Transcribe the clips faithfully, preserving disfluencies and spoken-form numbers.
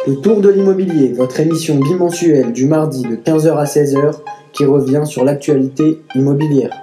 Le Tour de l'immobilier, votre émission bimensuelle du mardi de quinze heures à seize heures qui revient sur l'actualité immobilière.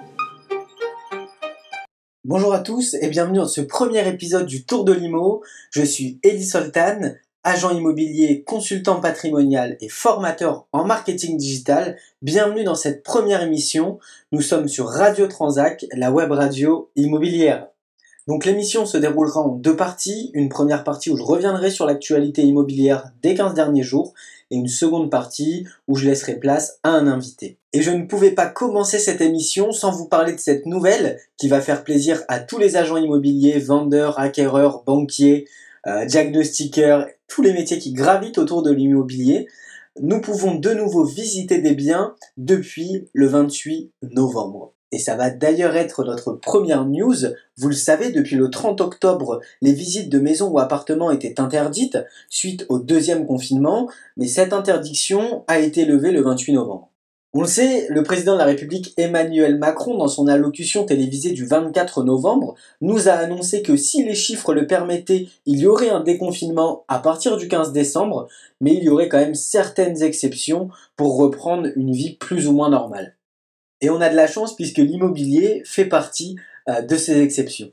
Bonjour à tous et bienvenue dans ce premier épisode du Tour de l'Immo. Je suis Elie Soltan, agent immobilier, consultant patrimonial et formateur en marketing digital. Bienvenue dans cette première émission. Nous sommes sur Radio Transac, la web radio immobilière. Donc l'émission se déroulera en deux parties, une première partie où je reviendrai sur l'actualité immobilière des quinze derniers jours et une seconde partie où je laisserai place à un invité. Et je ne pouvais pas commencer cette émission sans vous parler de cette nouvelle qui va faire plaisir à tous les agents immobiliers, vendeurs, acquéreurs, banquiers, euh, diagnostiqueurs, tous les métiers qui gravitent autour de l'immobilier. Nous pouvons de nouveau visiter des biens depuis le vingt-huit novembre. Et ça va d'ailleurs être notre première news. Vous le savez, depuis le trente octobre, les visites de maisons ou appartements étaient interdites suite au deuxième confinement, mais cette interdiction a été levée le vingt-huit novembre. On le sait, le président de la République Emmanuel Macron, dans son allocution télévisée du vingt-quatre novembre, nous a annoncé que si les chiffres le permettaient, il y aurait un déconfinement à partir du quinze décembre, mais il y aurait quand même certaines exceptions pour reprendre une vie plus ou moins normale. Et on a de la chance puisque l'immobilier fait partie euh, de ces exceptions.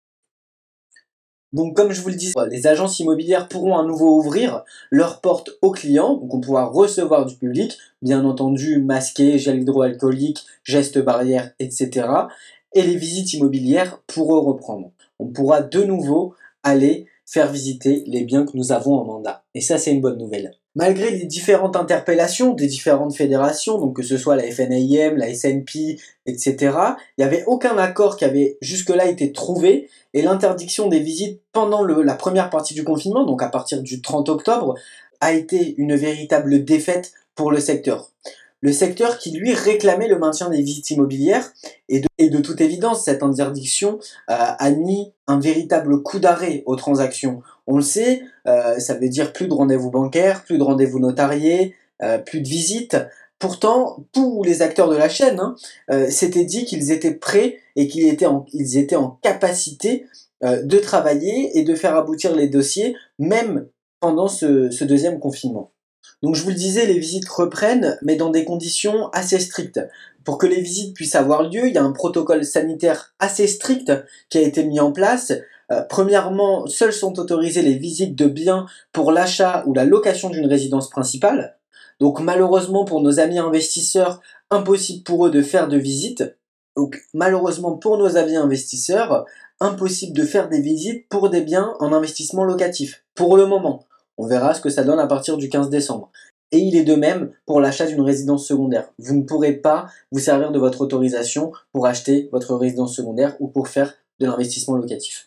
Donc comme je vous le disais, les agences immobilières pourront à nouveau ouvrir leurs portes aux clients, donc on pourra recevoir du public, bien entendu masqué, gel hydroalcoolique, gestes barrières, et cetera. Et les visites immobilières pourront reprendre. On pourra de nouveau aller faire visiter les biens que nous avons en mandat. Et ça, c'est une bonne nouvelle. Malgré les différentes interpellations des différentes fédérations, donc que ce soit la F N A I M, la S N P, et cetera, il n'y avait aucun accord qui avait jusque-là été trouvé, et l'interdiction des visites pendant le, la première partie du confinement, donc à partir du trente octobre, a été une véritable défaite pour le secteur. Le secteur qui, lui, réclamait le maintien des visites immobilières, et de, et de toute évidence, cette interdiction euh, a mis un véritable coup d'arrêt aux transactions. On le sait, euh, ça veut dire plus de rendez-vous bancaires, plus de rendez-vous notariés, euh, plus de visites. Pourtant, tous les acteurs de la chaîne hein, euh, s'étaient dit qu'ils étaient prêts et qu'ils étaient en, ils étaient en capacité euh, de travailler et de faire aboutir les dossiers, même pendant ce, ce deuxième confinement. Donc je vous le disais, les visites reprennent, mais dans des conditions assez strictes. Pour que les visites puissent avoir lieu, il y a un protocole sanitaire assez strict qui a été mis en place. Euh, premièrement, seules sont autorisées les visites de biens pour l'achat ou la location d'une résidence principale. Donc malheureusement pour nos amis investisseurs, impossible pour eux de faire de visites. Donc malheureusement pour nos amis investisseurs, impossible de faire des visites pour des biens en investissement locatif, pour le moment. On verra ce que ça donne à partir du quinze décembre. Et il est de même pour l'achat d'une résidence secondaire. Vous ne pourrez pas vous servir de votre autorisation pour acheter votre résidence secondaire ou pour faire de l'investissement locatif.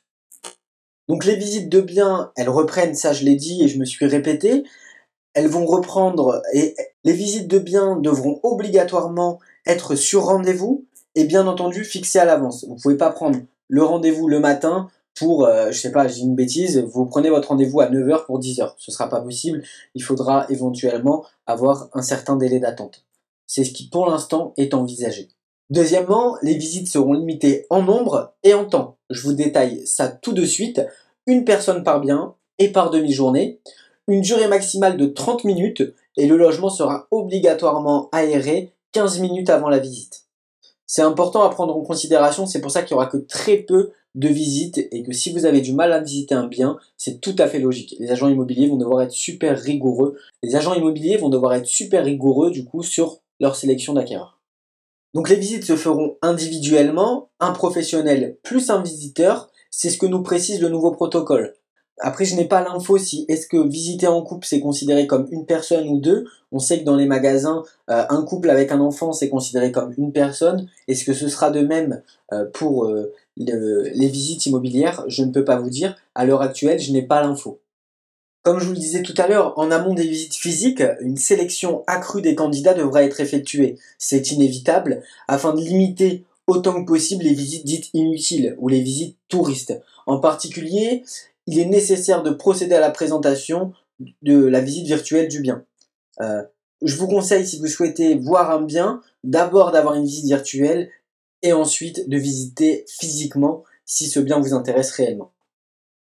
Donc les visites de biens, elles reprennent, ça je l'ai dit et je me suis répété, elles vont reprendre et les visites de biens devront obligatoirement être sur rendez-vous et bien entendu fixées à l'avance. Vous ne pouvez pas prendre le rendez-vous le matin pour, euh, je sais pas, je dis une bêtise, vous prenez votre rendez-vous à neuf heures pour dix heures. Ce sera pas possible, il faudra éventuellement avoir un certain délai d'attente. C'est ce qui pour l'instant est envisagé. Deuxièmement, les visites seront limitées en nombre et en temps. Je vous détaille ça tout de suite. Une personne par bien et par demi-journée. Une durée maximale de trente minutes et le logement sera obligatoirement aéré quinze minutes avant la visite. C'est important à prendre en considération, c'est pour ça qu'il n'y aura que très peu de visites et que si vous avez du mal à visiter un bien, c'est tout à fait logique. Les agents immobiliers vont devoir être super rigoureux. Les agents immobiliers vont devoir être super rigoureux du coup sur leur sélection d'acquéreurs. Donc les visites se feront individuellement, un professionnel plus un visiteur, c'est ce que nous précise le nouveau protocole. Après, je n'ai pas l'info si est-ce que visiter en couple c'est considéré comme une personne ou deux. On sait que dans les magasins, euh, un couple avec un enfant c'est considéré comme une personne. Est-ce que ce sera de même euh, pour euh, le, les visites immobilières? Je ne peux pas vous dire. À l'heure actuelle, je n'ai pas l'info. Comme je vous le disais tout à l'heure, en amont des visites physiques, une sélection accrue des candidats devra être effectuée. C'est inévitable afin de limiter autant que possible les visites dites inutiles ou les visites touristes. En particulier, il est nécessaire de procéder à la présentation de la visite virtuelle du bien. Euh, je vous conseille, si vous souhaitez voir un bien, d'abord d'avoir une visite virtuelle et ensuite de visiter physiquement si ce bien vous intéresse réellement.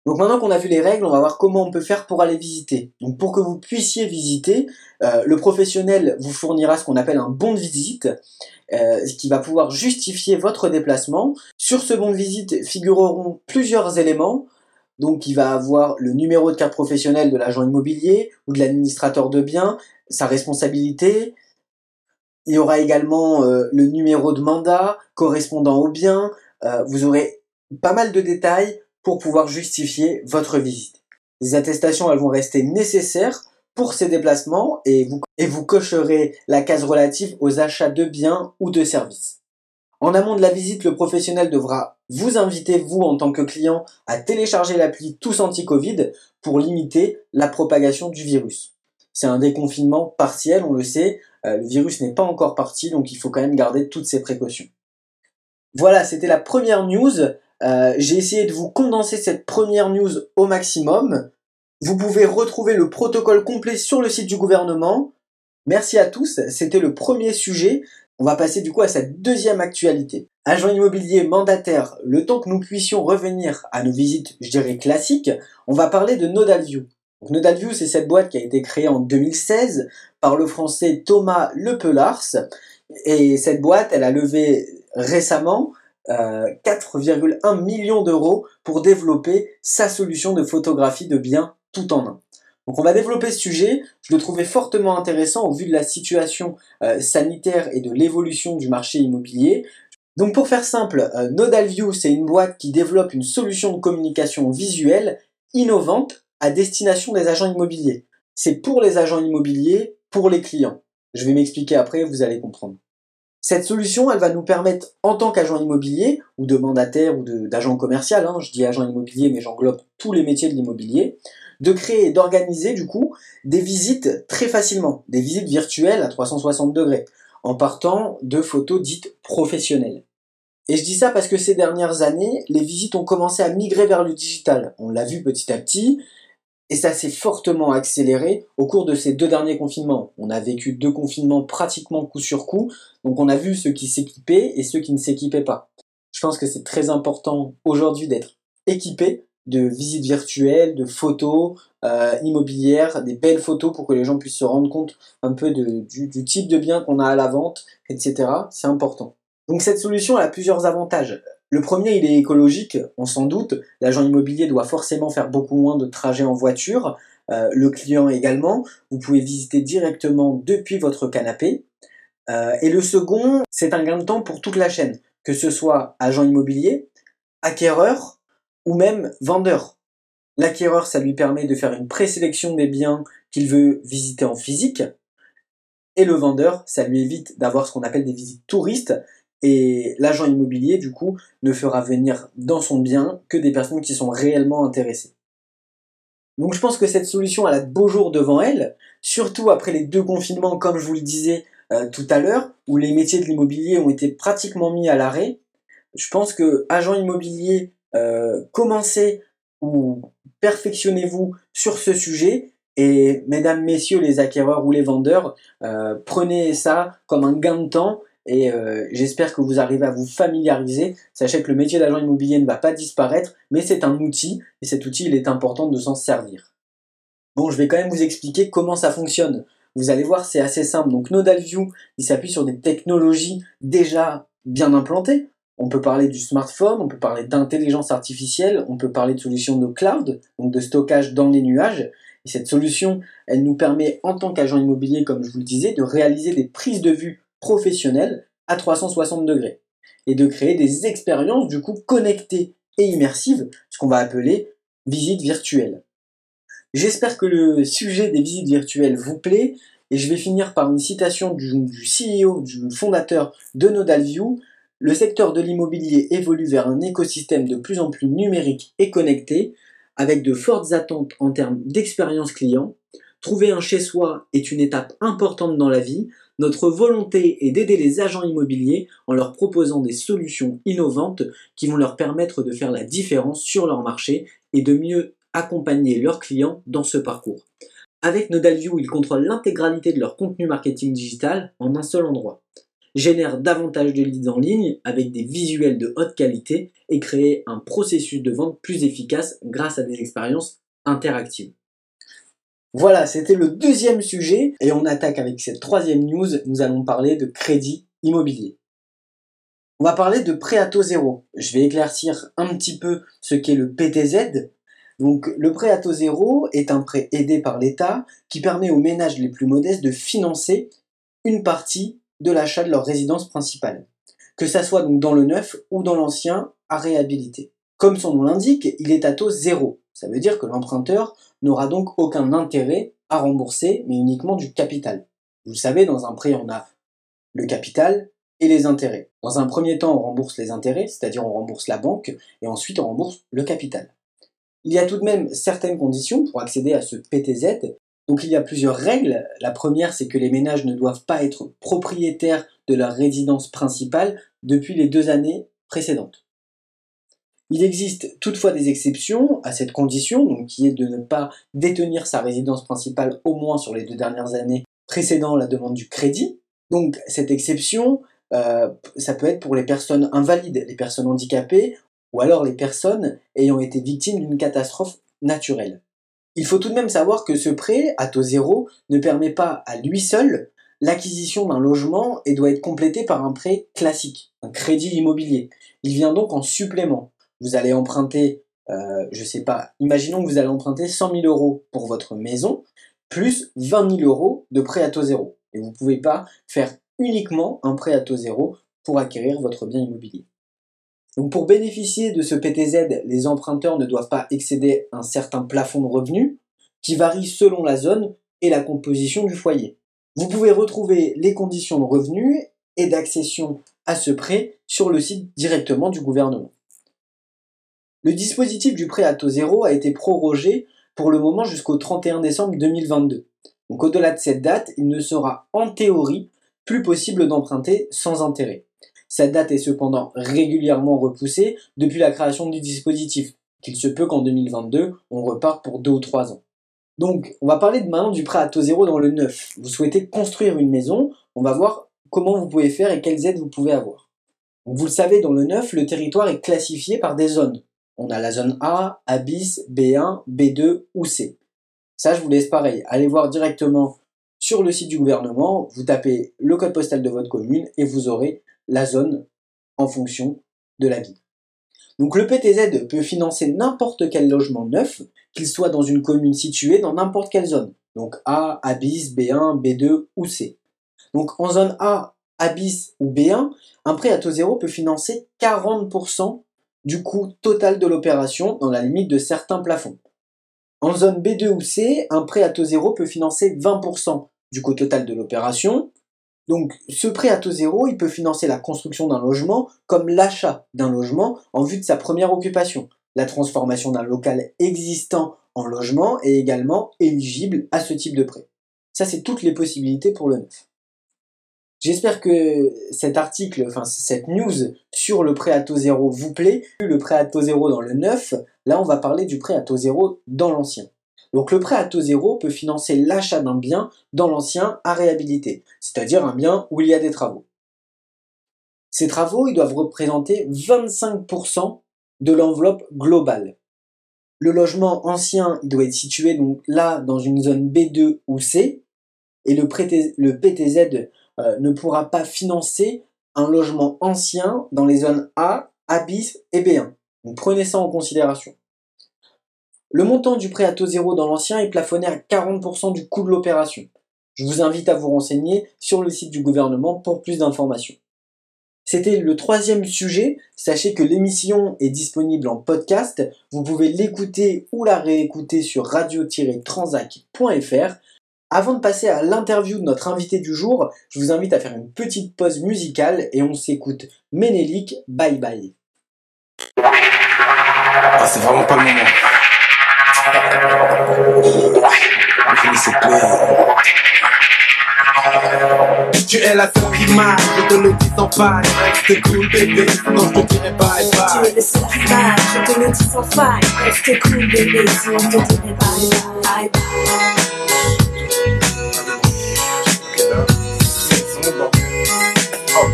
Donc maintenant qu'on a vu les règles, on va voir comment on peut faire pour aller visiter. Donc pour que vous puissiez visiter, euh, le professionnel vous fournira ce qu'on appelle un bon de visite, euh, qui va pouvoir justifier votre déplacement. Sur ce bon de visite figureront plusieurs éléments. Donc il va avoir le numéro de carte professionnelle de l'agent immobilier ou de l'administrateur de biens, sa responsabilité. Il y aura également euh, le numéro de mandat correspondant au bien. Euh, vous aurez pas mal de détails pour pouvoir justifier votre visite. Les attestations, elles vont rester nécessaires pour ces déplacements et vous, et vous cocherez la case relative aux achats de biens ou de services. En amont de la visite, le professionnel devra vous inviter, vous en tant que client, à télécharger l'appli Tous Anti-Covid pour limiter la propagation du virus. C'est un déconfinement partiel, on le sait, euh, le virus n'est pas encore parti, donc il faut quand même garder toutes ces précautions. Voilà, c'était la première news. Euh, j'ai essayé de vous condenser cette première news au maximum. Vous pouvez retrouver le protocole complet sur le site du gouvernement. Merci à tous, c'était le premier sujet. On va passer du coup à cette deuxième actualité. Agent immobilier mandataire, le temps que nous puissions revenir à nos visites, je dirais classiques, on va parler de Nodalview. Donc Nodalview, c'est cette boîte qui a été créée en deux mille seize par le français Thomas Lepelars. Et cette boîte, elle a levé récemment euh, quatre virgule un millions d'euros pour développer sa solution de photographie de biens tout en un. Donc on va développer ce sujet, je le trouvais fortement intéressant au vu de la situation euh, sanitaire et de l'évolution du marché immobilier. Donc pour faire simple, euh, Nodalview, c'est une boîte qui développe une solution de communication visuelle innovante à destination des agents immobiliers. C'est pour les agents immobiliers, pour les clients. Je vais m'expliquer après, vous allez comprendre. Cette solution, elle va nous permettre, en tant qu'agent immobilier, ou de mandataire, ou d'agent commercial, hein, je dis agent immobilier, mais j'englobe tous les métiers de l'immobilier, de créer et d'organiser, du coup, des visites très facilement, des visites virtuelles à trois cent soixante degrés, en partant de photos dites professionnelles. Et je dis ça parce que ces dernières années, les visites ont commencé à migrer vers le digital. On l'a vu petit à petit, et ça s'est fortement accéléré au cours de ces deux derniers confinements. On a vécu deux confinements pratiquement coup sur coup, donc on a vu ceux qui s'équipaient et ceux qui ne s'équipaient pas. Je pense que c'est très important aujourd'hui d'être équipé de visites virtuelles, de photos euh, immobilières, des belles photos pour que les gens puissent se rendre compte un peu de, du, du type de bien qu'on a à la vente, et cetera. C'est important. Donc cette solution elle a plusieurs avantages. Le premier, il est écologique, on s'en doute. L'agent immobilier doit forcément faire beaucoup moins de trajets en voiture. Euh, le client également. Vous pouvez visiter directement depuis votre canapé. Euh, et le second, c'est un gain de temps pour toute la chaîne, que ce soit agent immobilier, acquéreur ou même vendeur. L'acquéreur, ça lui permet de faire une présélection des biens qu'il veut visiter en physique. Et le vendeur, ça lui évite d'avoir ce qu'on appelle des visites touristes. Et l'agent immobilier, du coup, ne fera venir dans son bien que des personnes qui sont réellement intéressées. Donc je pense que cette solution, elle a de beaux jours devant elle, surtout après les deux confinements, comme je vous le disais euh, tout à l'heure, où les métiers de l'immobilier ont été pratiquement mis à l'arrêt. Je pense que agent immobilier, euh, commencez ou perfectionnez-vous sur ce sujet. Et mesdames, messieurs les acquéreurs ou les vendeurs, euh, prenez ça comme un gain de temps et euh, j'espère que vous arrivez à vous familiariser. Sachez que le métier d'agent immobilier ne va pas disparaître, mais c'est un outil et cet outil, il est important de s'en servir. Bon, je vais quand même vous expliquer comment ça fonctionne. Vous allez voir, c'est assez simple. Donc Nodalview, il s'appuie sur des technologies déjà bien implantées. On peut parler du smartphone, on peut parler d'intelligence artificielle, on peut parler de solutions de cloud, donc de stockage dans les nuages. Et cette solution, elle nous permet, en tant qu'agent immobilier, comme je vous le disais, de réaliser des prises de vue professionnelles à trois cent soixante degrés et de créer des expériences, du coup, connectées et immersives, ce qu'on va appeler visites virtuelles. J'espère que le sujet des visites virtuelles vous plaît et je vais finir par une citation du, du C E O, du fondateur de Nodalview. Le secteur de l'immobilier évolue vers un écosystème de plus en plus numérique et connecté, avec de fortes attentes en termes d'expérience client. Trouver un chez-soi est une étape importante dans la vie. Notre volonté est d'aider les agents immobiliers en leur proposant des solutions innovantes qui vont leur permettre de faire la différence sur leur marché et de mieux accompagner leurs clients dans ce parcours. Avec Nodalview, ils contrôlent l'intégralité de leur contenu marketing digital en un seul endroit. génère davantage de leads en ligne avec des visuels de haute qualité et crée un processus de vente plus efficace grâce à des expériences interactives. Voilà, c'était le deuxième sujet et on attaque avec cette troisième news. Nous allons parler de crédit immobilier. On va parler de prêt à taux zéro. Je vais éclaircir un petit peu ce qu'est le P T Z. Donc, le prêt à taux zéro est un prêt aidé par l'État qui permet aux ménages les plus modestes de financer une partie de l'achat de leur résidence principale, que ça soit donc dans le neuf ou dans l'ancien à réhabiliter. Comme son nom l'indique, il est à taux zéro. Ça veut dire que l'emprunteur n'aura donc aucun intérêt à rembourser, mais uniquement du capital. Vous savez, dans un prêt, on a le capital et les intérêts. Dans un premier temps, on rembourse les intérêts, c'est-à-dire on rembourse la banque, et ensuite on rembourse le capital. Il y a tout de même certaines conditions pour accéder à ce P T Z. Donc il y a plusieurs règles. La première, c'est que les ménages ne doivent pas être propriétaires de leur résidence principale depuis les deux années précédentes. Il existe toutefois des exceptions à cette condition, donc qui est de ne pas détenir sa résidence principale au moins sur les deux dernières années précédant la demande du crédit. Donc cette exception, euh, ça peut être pour les personnes invalides, les personnes handicapées, ou alors les personnes ayant été victimes d'une catastrophe naturelle. Il faut tout de même savoir que ce prêt à taux zéro ne permet pas à lui seul l'acquisition d'un logement et doit être complété par un prêt classique, un crédit immobilier. Il vient donc en supplément. Vous allez emprunter, euh, je sais pas, imaginons que vous allez emprunter cent mille euros pour votre maison, plus vingt mille euros de prêt à taux zéro. Et vous ne pouvez pas faire uniquement un prêt à taux zéro pour acquérir votre bien immobilier. Donc pour bénéficier de ce P T Z, les emprunteurs ne doivent pas excéder un certain plafond de revenus qui varie selon la zone et la composition du foyer. Vous pouvez retrouver les conditions de revenus et d'accession à ce prêt sur le site directement du gouvernement. Le dispositif du prêt à taux zéro a été prorogé pour le moment jusqu'au trente et un décembre deux mille vingt-deux. Donc au-delà de cette date, il ne sera en théorie plus possible d'emprunter sans intérêt. Cette date est cependant régulièrement repoussée depuis la création du dispositif, qu'il se peut qu'en deux mille vingt-deux, on reparte pour deux ou trois ans. Donc, on va parler maintenant du prêt à taux zéro dans le neuf. Vous souhaitez construire une maison, on va voir comment vous pouvez faire et quelles aides vous pouvez avoir. Donc, vous le savez, dans le neuf, le territoire est classifié par des zones. On a la zone A, A bis, B un, B deux ou C. Ça, je vous laisse pareil. Allez voir directement sur le site du gouvernement, vous tapez le code postal de votre commune et vous aurez la zone en fonction de la ville. Donc le P T Z peut financer n'importe quel logement neuf, qu'il soit dans une commune située dans n'importe quelle zone. Donc A, A bis, B un, B deux ou C. Donc en zone A, A bis ou B un, un prêt à taux zéro peut financer quarante pour cent du coût total de l'opération dans la limite de certains plafonds. En zone B deux ou C, un prêt à taux zéro peut financer vingt pour cent du coût total de l'opération. Donc, ce prêt à taux zéro, il peut financer la construction d'un logement comme l'achat d'un logement en vue de sa première occupation. La transformation d'un local existant en logement est également éligible à ce type de prêt. Ça, c'est toutes les possibilités pour le neuf. J'espère que cet article, enfin cette news sur le prêt à taux zéro vous plaît. Le prêt à taux zéro dans le neuf, là on va parler du prêt à taux zéro dans l'ancien. Donc le prêt à taux zéro peut financer l'achat d'un bien dans l'ancien à réhabiliter, c'est-à-dire un bien où il y a des travaux. Ces travaux, ils doivent représenter vingt-cinq pour cent de l'enveloppe globale. Le logement ancien, il doit être situé donc là dans une zone B deux ou C, et le, prêté, le P T Z euh, ne pourra pas financer un logement ancien dans les zones A, A bis et B un. Donc prenez ça en considération. Le montant du prêt à taux zéro dans l'ancien est plafonné à quarante pour cent du coût de l'opération. Je vous invite à vous renseigner sur le site du gouvernement pour plus d'informations. C'était le troisième sujet. Sachez que l'émission est disponible en podcast. Vous pouvez l'écouter ou la réécouter sur radio tiret transac point f r. Avant de passer à l'interview de notre invité du jour, je vous invite à faire une petite pause musicale et on s'écoute Ménélique, Bye Bye. Ah, c'est vraiment pas le moment. Je me sais plaire. Tu es la seule image, je te le dis sans faille. Reste cool bébé, sinon je te dirai bye bye. Tu es le seul image, je te le dis sans faille. Reste cool bébé, sinon je te dirai bye bye. Ok, là, c'est bon. Oh.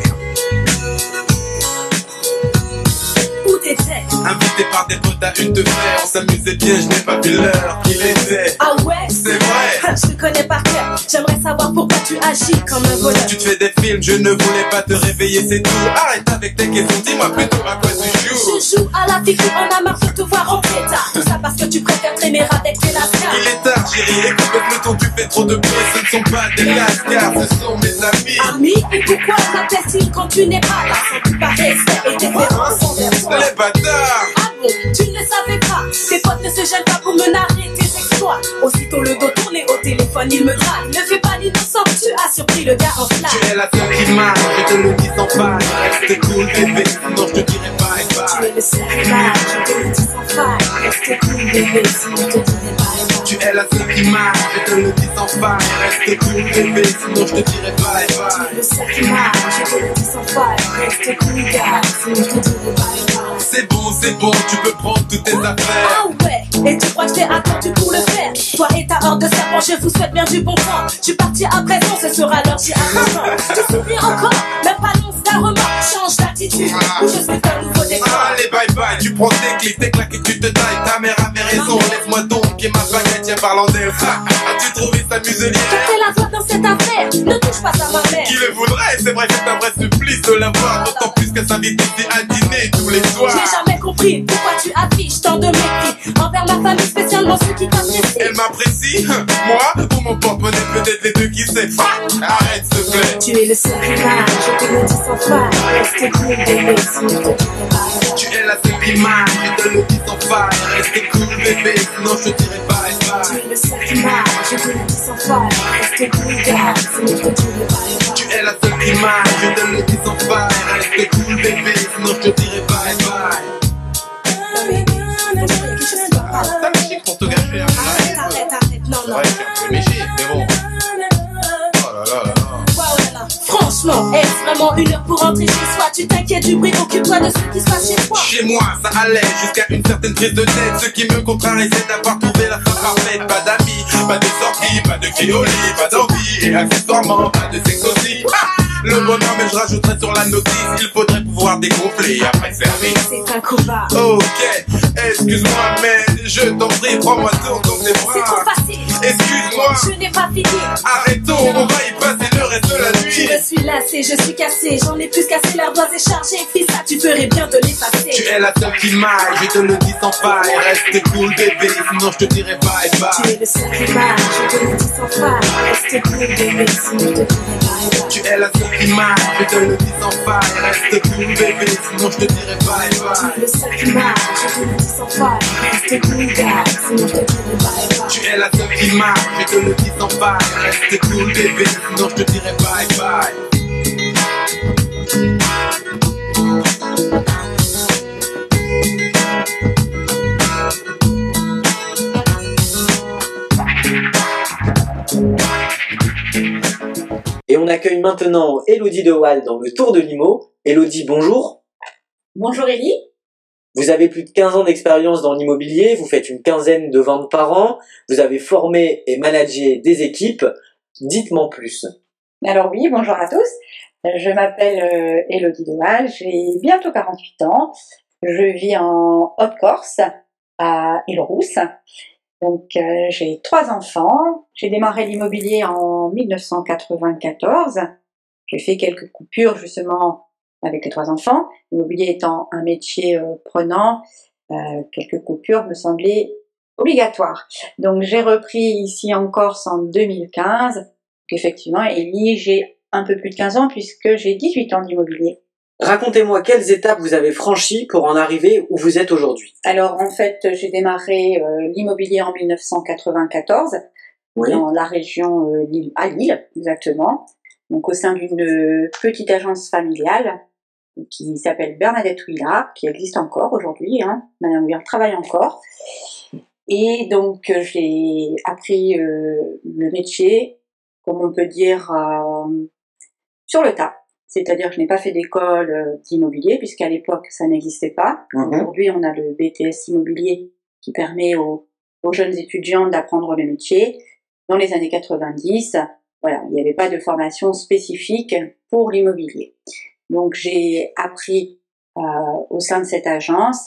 invité par des potes à une de fer. On s'amusait bien, je n'ai pas vu l'heure qu'il était. Ah ouais? C'est vrai. Je te connais par cœur. J'aimerais savoir pourquoi tu agis comme un voleur. Tu te fais des films, je ne voulais pas te réveiller, c'est tout. Arrête avec tes questions, dis-moi plutôt à quoi tu joues. Je joue à la fille, on a marre de te voir en pétard. Tout ça parce que tu préfères traîner avec tes lascars. Il est tard, chérie, écoute le peloton, tu fais trop de bruit. Ce ne sont pas des lascars, ce sont mes amis. Amis, et pourquoi t'appelles-t-il quand tu n'es pas là? Sans pas respect et déférence envers toi. Les bâtards. Ah bon, tu ne le savais pas. Tes potes ne se gênent pas pour me narrer tes exploits. Aussitôt le dos tourné au téléphone, il me drague. Ne fais pas l'innocent, tu as surpris le gars en flamme. Tu es la seule qui marche, je te le dis sans faille. Reste cool bébé, sinon je te dirai bye Tu bye. es le seul qui marche, je te le dis sans faille. Reste cool bébé, sinon je te dirai bye bye. Tu es la seule qui marche, je te le dis sans faille. Reste cool bébé, sinon je te dirai bye Tu es bye. le seul qui marche, je te le dis sans faille. Reste cool gars, sinon je te dirai bye bye. C'est bon, c'est bon, tu peux prendre toutes tes affaires. Ah ouais, et tu crois que j'ai attendu pour le faire? Toi et ta horde de serpents, je vous souhaite bien du bon vent. Je suis parti à présent, ce sera l'heure d'y arriver. Tu souris encore, même pas l'once d'un remords. Change d'attitude, ou je suis un nouveau décor. Allez bye bye, tu prends tes clics, tes claques et tu te tailles. Ta mère avait raison, laisse-moi donc et ma baguette, tiens parlant d'elle. Ha, as-tu trouvé sa muselière? Fais la voix dans cette affaire, ne touche pas à ma mère. Qui le voudrait, c'est vrai que c'est un vrai supplice de la voir. D'autant plus qu'elle s'invite ici à dîner tous les soirs. J'ai jamais compris pourquoi tu affiches tant de mépris envers ma famille, spécialement ceux qui t'apprécient. Elle m'apprécie, moi ou mon porte-monnaie, peut-être les deux qui sait. Arrête s'il te plaît. Tu es le seul qui marche, je te le dis sans faille. Reste cool bébé, sinon je te dirai bye. Tu es la seule qui marche, je te le dis sans faille. Reste cool bébé, sinon je te dirai bye Tu bye. es le seul qui marche, je te le dis sans faille. Reste cool gars, sinon je te dirai bye bye. Tu es la seule qui marche, je te le dis sans faille. Reste cool bébé, sinon je te dirai bye bye. Ça me chic pour te gâcher un peu. Arrête, arrête, arrête, non, non. Ouais, c'est un peu léger, mais bon. Oh là là là là. Wow, là, là. Franchement, est-ce vraiment une heure pour rentrer chez soi? Tu t'inquiètes du bruit, occupe-toi de ce qui se passe chez toi. Chez moi, ça allait jusqu'à une certaine prise de tête. Ce qui me contrarie, c'est d'avoir trouvé la femme parfaite. Pas d'amis, pas de sorties, pas de criolis, pas d'envie. Et accessoirement, pas de sexe aussi. Ah, le bonheur, mais je rajouterai sur la notice. Il faudrait pouvoir dégonfler après service. C'est un combat. Ok, excuse-moi, mais je t'en prie, prends-moi tour dans tes C'est trop bras. facile. Excuse-moi, Je n'ai pas fini. arrêtons, on va y passer le reste de la Je nuit. me suis lassée, je suis cassée. J'en ai plus cassé, l'ardoise est chargée. Fils, ça, tu ferais bien de Tu l'effacer. es la seule qui m'aille, je te le dis sans faille. Reste cool bébé, sinon je te dirai bye Tu bye. es le seul qui marche, je te le dis sans faille. Reste cool bébé, sinon je te dirai bye bye. Tu es la seule qui m'aille, je te le dis sans faille. Reste cool bébé, sinon je te dirai bye Tu bye. es le seul qui marche, je te le dis sans faille. Reste cool gars, sinon je te dirai bye bye. Tu es la seule qui m'aille, je te le dis sans faille. Reste cool bébé, sinon je te dirai bye bye. Et on accueille maintenant Élodie Dewal dans le Tour de Limo. Élodie, bonjour. Bonjour Élie. Vous avez plus de quinze ans d'expérience dans l'immobilier, vous faites une quinzaine de ventes par an, vous avez formé et managé des équipes. Dites-moi plus. Alors oui, bonjour à tous. Je m'appelle euh, Élodie Dewal, j'ai bientôt quarante-huit ans. Je vis en Haute-Corse, à Île-Rousse. Donc euh, j'ai trois enfants. J'ai démarré l'immobilier en mille neuf cent quatre-vingt-quatorze. J'ai fait quelques coupures justement avec les trois enfants. L'immobilier étant un métier euh, prenant, euh, quelques coupures me semblaient obligatoires. Donc j'ai repris ici en Corse en deux mille quinze. Donc, effectivement, Élie, j'ai un peu plus de quinze ans puisque j'ai dix-huit ans d'immobilier. Racontez-moi quelles étapes vous avez franchies pour en arriver où vous êtes aujourd'hui. Alors en fait, j'ai démarré euh, l'immobilier en mille neuf cent quatre-vingt-quatorze Oui. dans la région euh, Lille, à Lille exactement. Donc au sein d'une petite agence familiale qui s'appelle Bernadette Ouillard, qui existe encore aujourd'hui. Hein. Madame Ouillard travaille encore. Et donc euh, j'ai appris euh, le métier, comme on peut dire, euh, sur le tas. C'est-à-dire que je n'ai pas fait d'école euh, d'immobilier, puisqu'à l'époque, ça n'existait pas. Mhm. Aujourd'hui, on a le B T S immobilier qui permet aux, aux jeunes étudiants d'apprendre le métier. Dans les années quatre-vingt-dix, voilà, il n'y avait pas de formation spécifique pour l'immobilier. Donc, j'ai appris euh, au sein de cette agence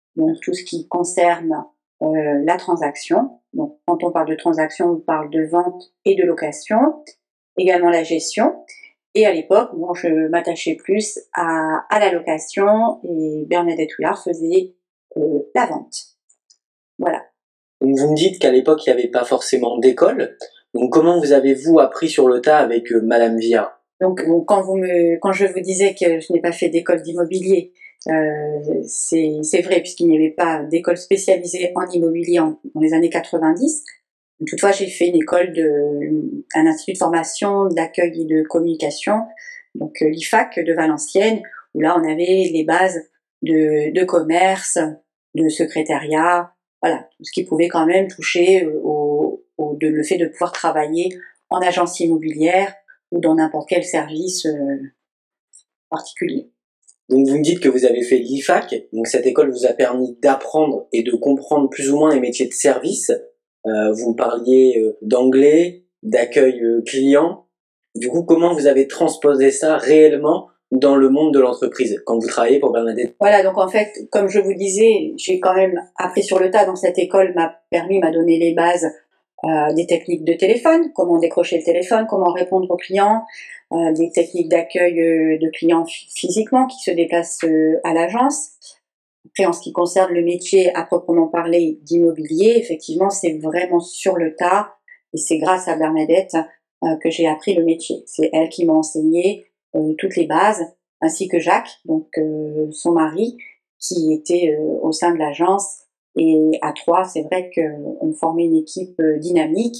donc tout ce qui concerne euh, la transaction. Donc quand on parle de transaction, on parle de vente et de location, également la gestion. Et à l'époque, bon, je m'attachais plus à, à la location et Bernadette Huillard faisait euh, la vente. Voilà. Donc vous me dites qu'à l'époque, il n'y avait pas forcément d'école. Donc comment vous avez-vous appris sur le tas avec euh, Madame Viard? Donc bon, quand, vous me, quand je vous disais que je n'ai pas fait d'école d'immobilier, euh, c'est vrai puisqu'il n'y avait pas d'école spécialisée en immobilier en, dans les années quatre-vingt-dix. Toutefois, j'ai fait une école, de, un institut de formation, d'accueil et de communication, donc euh, l'I F A C de Valenciennes, où là on avait les bases de, de commerce, de secrétariat, voilà, tout ce qui pouvait quand même toucher au, au de, le fait de pouvoir travailler en agence immobilière ou dans n'importe quel service euh, particulier. Donc vous me dites que vous avez fait l'I F A C, donc cette école vous a permis d'apprendre et de comprendre plus ou moins les métiers de service. Euh, vous parliez euh, d'anglais, d'accueil euh, client. Du coup, comment vous avez transposé ça réellement dans le monde de l'entreprise quand vous travaillez pour Bernadette? Voilà, donc en fait, comme je vous disais, j'ai quand même appris sur le tas. Dans cette école m'a permis, m'a donné les bases euh, des techniques de téléphone, comment décrocher le téléphone, comment répondre aux clients, euh, des techniques d'accueil euh, de clients physiquement qui se déplacent euh, à l'agence. Après, en ce qui concerne le métier à proprement parler d'immobilier, effectivement, c'est vraiment sur le tas et c'est grâce à Bernadette euh, que j'ai appris le métier. C'est elle qui m'a enseigné euh, toutes les bases, ainsi que Jacques, donc euh, son mari, qui était euh, au sein de l'agence. Et à trois, c'est vrai qu'on formait une équipe euh, dynamique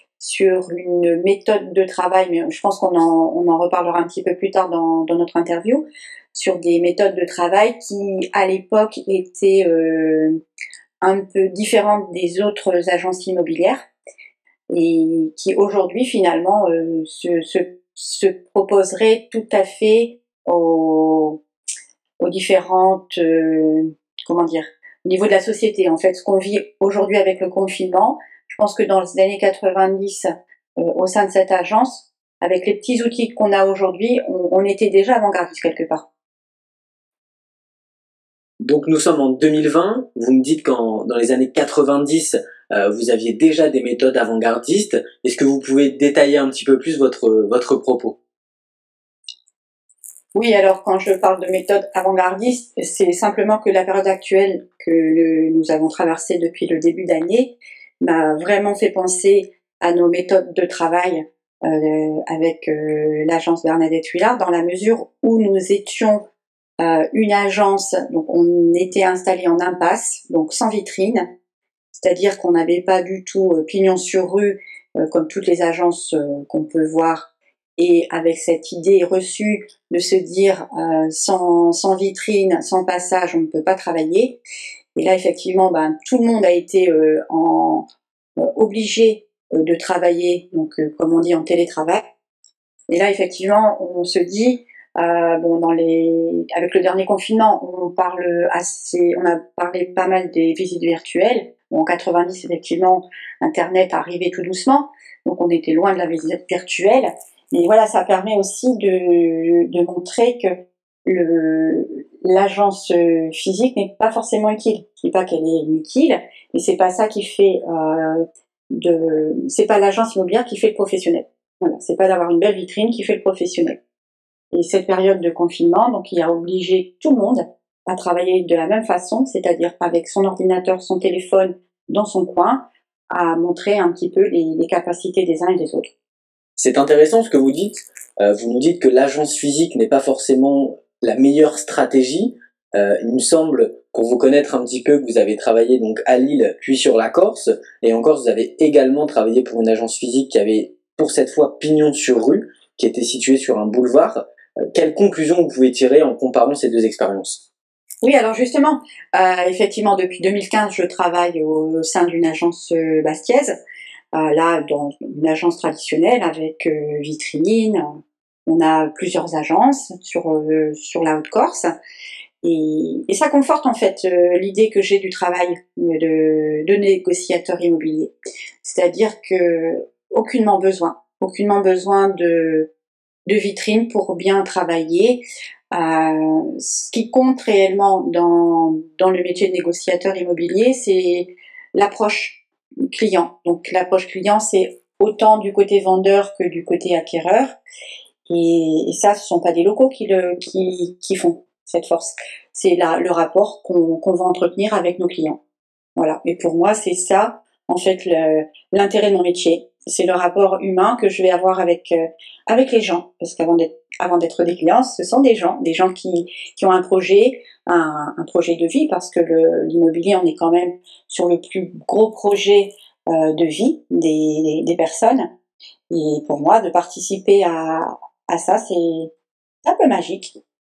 sur une méthode de travail, mais je pense qu'on en, on en reparlera un petit peu plus tard dans, dans notre interview, sur des méthodes de travail qui, à l'époque, étaient euh, un peu différentes des autres agences immobilières et qui, aujourd'hui, finalement, euh, se, se, se proposeraient tout à fait aux, aux différentes, euh, comment dire, au niveau de la société. En fait, ce qu'on vit aujourd'hui avec le confinement, je pense que dans les années quatre-vingt-dix, euh, au sein de cette agence, avec les petits outils qu'on a aujourd'hui, on, on était déjà avant-gardiste quelque part. Donc nous sommes en deux mille vingt, vous me dites qu'en dans les années quatre-vingt-dix, euh, vous aviez déjà des méthodes avant-gardistes. Est-ce que vous pouvez détailler un petit peu plus votre, votre propos? Oui, alors quand je parle de méthode avant-gardiste, c'est simplement que la période actuelle que le, nous avons traversée depuis le début d'année m'a vraiment fait penser à nos méthodes de travail euh, avec euh, l'agence Bernadette Huillard, dans la mesure où nous étions euh, une agence, donc on était installé en impasse, donc sans vitrine, c'est-à-dire qu'on n'avait pas du tout euh, pignon sur rue euh, comme toutes les agences euh, qu'on peut voir, et avec cette idée reçue de se dire euh, sans, sans vitrine, sans passage, on ne peut pas travailler. Et là, effectivement, ben, tout le monde a été euh, en, euh, obligé euh, de travailler, donc euh, comme on dit en télétravail. Et là, effectivement, on se dit, euh, bon, dans les, avec le dernier confinement, on parle assez, on a parlé pas mal des visites virtuelles. Bon, en quatre-vingt-dix, effectivement, Internet arrivait tout doucement, donc on était loin de la visite virtuelle. Mais voilà, ça permet aussi de, de montrer que le, l'agence physique n'est pas forcément utile. Je dis pas qu'elle est inutile, mais c'est pas ça qui fait euh, de, c'est pas l'agence immobilière qui fait le professionnel. Voilà, c'est pas d'avoir une belle vitrine qui fait le professionnel. Et cette période de confinement, donc, il a obligé tout le monde à travailler de la même façon, c'est-à-dire avec son ordinateur, son téléphone dans son coin, à montrer un petit peu les, les capacités des uns et des autres. C'est intéressant ce que vous dites. Euh, vous nous dites que l'agence physique n'est pas forcément la meilleure stratégie. Euh, il me semble, pour vous connaître un petit peu, que vous avez travaillé donc à Lille, puis sur la Corse. Et en Corse, vous avez également travaillé pour une agence physique qui avait, pour cette fois, pignon sur rue, qui était située sur un boulevard. Euh, quelle conclusion vous pouvez tirer en comparant ces deux expériences? Oui, alors justement, euh, effectivement, depuis deux mille quinze, je travaille au sein d'une agence euh, bastiaise. Euh, là, dans une agence traditionnelle avec euh, vitrine, on a plusieurs agences sur euh, sur la Haute-Corse et, et ça conforte en fait euh, l'idée que j'ai du travail de, de négociateur immobilier, c'est-à-dire que aucunement besoin, aucunement besoin de de vitrine pour bien travailler. Euh, ce qui compte réellement dans, dans le métier de négociateur immobilier, c'est l'approche client. Donc l'approche client, c'est autant du côté vendeur que du côté acquéreur. Et, et ça, ce sont pas des locaux qui, le, qui, qui font cette force. C'est la, le rapport qu'on qu'on va entretenir avec nos clients. Voilà. Et pour moi, c'est ça, en fait, le, l'intérêt de mon métier. C'est le rapport humain que je vais avoir avec, euh, avec les gens. Parce qu'avant d'être, avant d'être des clients, ce sont des gens, des gens qui, qui ont un projet, un, un projet de vie, parce que le, l'immobilier, on est quand même sur le plus gros projet euh, de vie des, des personnes. Et pour moi, de participer à, à ça, c'est un peu magique.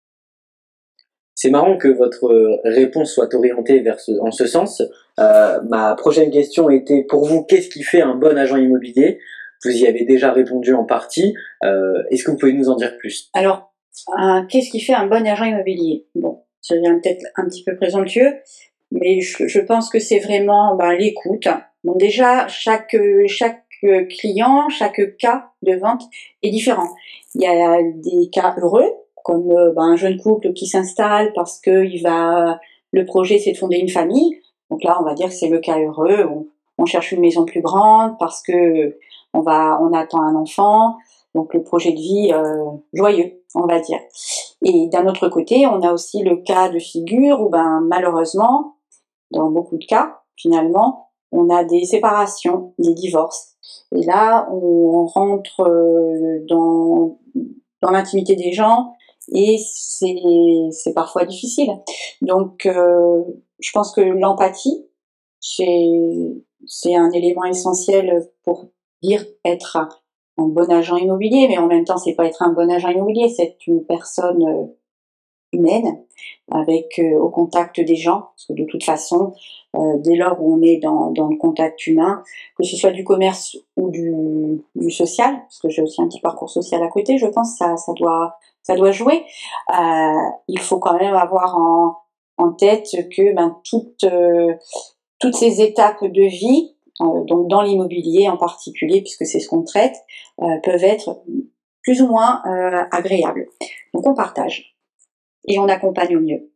C'est marrant que votre réponse soit orientée vers ce, en ce sens. Euh, ma prochaine question était, pour vous, qu'est-ce qui fait un bon agent immobilier? Vous y avez déjà répondu en partie. Euh, est-ce que vous pouvez nous en dire plus? Alors, un, qu'est-ce qui fait un bon agent immobilier? Bon, ça devient peut-être un petit peu présomptueux, mais je, je pense que c'est vraiment ben, l'écoute. Donc déjà, chaque, chaque client, chaque cas de vente est différent. Il y a des cas heureux, comme euh, ben, un jeune couple qui s'installe parce que il va, le projet c'est de fonder une famille. Donc là, on va dire que c'est le cas heureux. On, on cherche une maison plus grande parce que on va, on attend un enfant. Donc le projet de vie euh, joyeux, on va dire. Et d'un autre côté, on a aussi le cas de figure où ben malheureusement, dans beaucoup de cas, finalement, on a des séparations, des divorces. Et là, on rentre euh, dans dans l'intimité des gens. Et c'est, c'est parfois difficile. Donc, euh, je pense que l'empathie, c'est, c'est un élément essentiel pour dire être un, un bon agent immobilier, mais en même temps, c'est pas être un bon agent immobilier, c'est une personne euh, humaine, avec euh, au contact des gens, parce que de toute façon, euh, dès lors où on est dans, dans le contact humain, que ce soit du commerce ou du, du social, parce que j'ai aussi un petit parcours social à côté, je pense, ça, ça doit ça doit jouer. Euh, il faut quand même avoir en, en tête que ben, toutes, euh, toutes ces étapes de vie, euh, donc dans l'immobilier en particulier, puisque c'est ce qu'on traite, euh, peuvent être plus ou moins euh, agréables. Donc on partage et on accompagne au mieux.